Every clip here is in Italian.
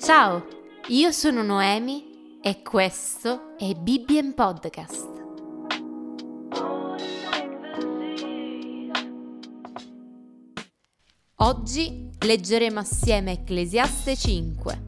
Ciao, io sono Noemi e questo è Bibbien Podcast. Oggi leggeremo assieme Ecclesiaste 5.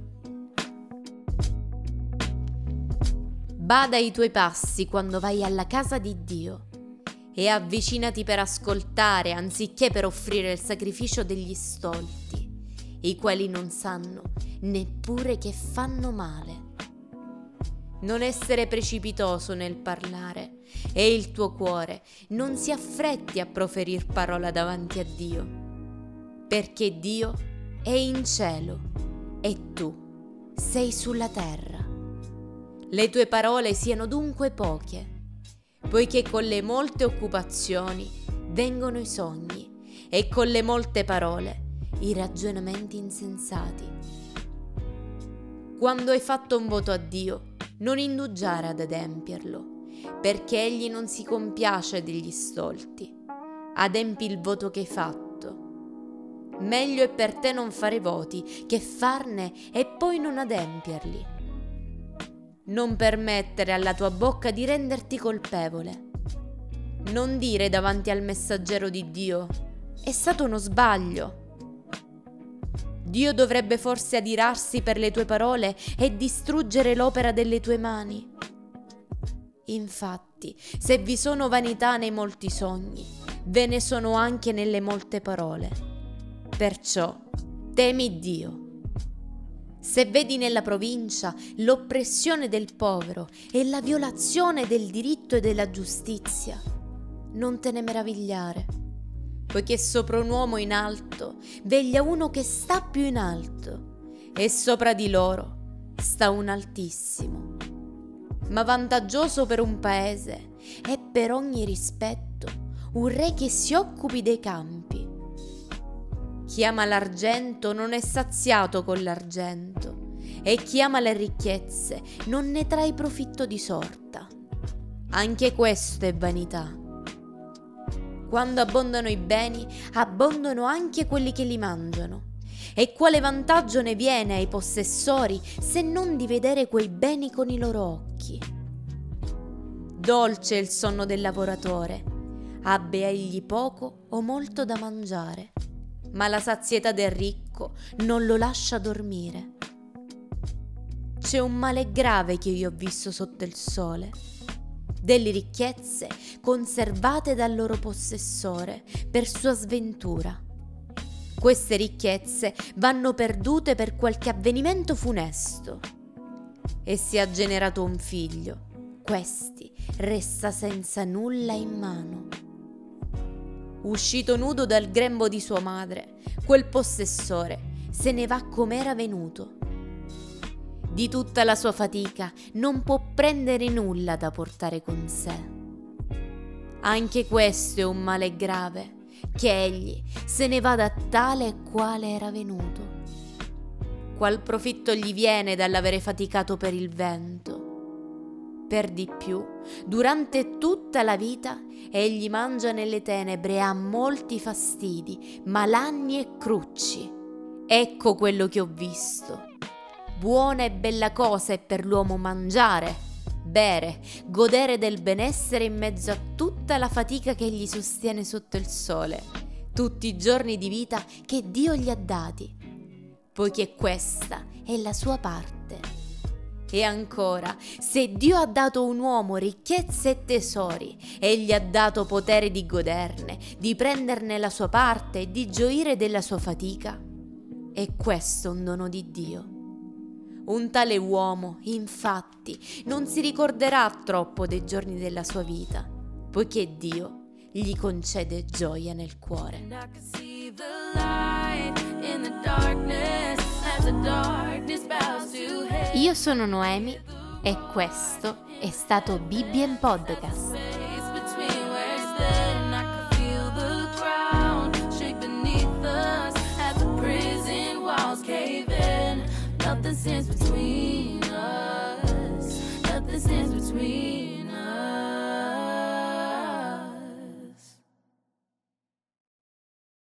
Bada ai tuoi passi quando vai alla casa di Dio e avvicinati per ascoltare anziché per offrire il sacrificio degli stolti, i quali non sanno neppure che fanno male. Non essere precipitoso nel parlare e il tuo cuore non si affretti a proferir parola davanti a Dio, perché Dio è in cielo e tu sei sulla terra. Le tue parole siano dunque poche, poiché con le molte occupazioni vengono i sogni e con le molte parole i ragionamenti insensati. Quando hai fatto un voto a Dio, non indugiare ad adempierlo, perché Egli non si compiace degli stolti. Adempi il voto che hai fatto. Meglio è per te non fare voti che farne e poi non adempierli. Non permettere alla tua bocca di renderti colpevole. Non dire davanti al messaggero di Dio: è stato uno sbaglio. Dio dovrebbe forse adirarsi per le tue parole e distruggere l'opera delle tue mani. Infatti, se vi sono vanità nei molti sogni, ve ne sono anche nelle molte parole. Perciò, temi Dio. Se vedi nella provincia l'oppressione del povero e la violazione del diritto e della giustizia, non te ne meravigliare, poiché sopra un uomo in alto veglia uno che sta più in alto, e sopra di loro sta un altissimo. Ma vantaggioso per un paese è per ogni rispetto un re che si occupi dei campi. Chi ama l'argento non è saziato con l'argento, e chi ama le ricchezze non ne trae profitto di sorta. Anche questo è vanità. Quando abbondano i beni, abbondano anche quelli che li mangiano. E quale vantaggio ne viene ai possessori se non di vedere quei beni con i loro occhi? Dolce è il sonno del lavoratore, abbia egli poco o molto da mangiare, ma la sazietà del ricco non lo lascia dormire. C'è un male grave che io ho visto sotto il sole: delle ricchezze conservate dal loro possessore per sua sventura. Queste ricchezze vanno perdute per qualche avvenimento funesto. E se ha generato un figlio, questi resta senza nulla in mano. Uscito nudo dal grembo di sua madre, quel possessore se ne va com'era venuto. Di tutta la sua fatica non può prendere nulla da portare con sé. Anche questo è un male grave, che egli se ne vada tale e quale era venuto. Qual profitto gli viene dall'avere faticato per il vento? Per di più, durante tutta la vita egli mangia nelle tenebre e ha molti fastidi, malanni e crucci. Ecco quello che ho visto. Buona e bella cosa è per l'uomo mangiare, bere, godere del benessere in mezzo a tutta la fatica che gli sostiene sotto il sole, tutti i giorni di vita che Dio gli ha dati, poiché questa è la sua parte. E ancora, se Dio ha dato a un uomo ricchezze e tesori e gli ha dato potere di goderne, di prenderne la sua parte e di gioire della sua fatica, è questo un dono di Dio. Un tale uomo, infatti, non si ricorderà troppo dei giorni della sua vita, poiché Dio gli concede gioia nel cuore. Io sono Noemi e questo è stato Bibbien Podcast. Nothing stands between us. Nothing stands between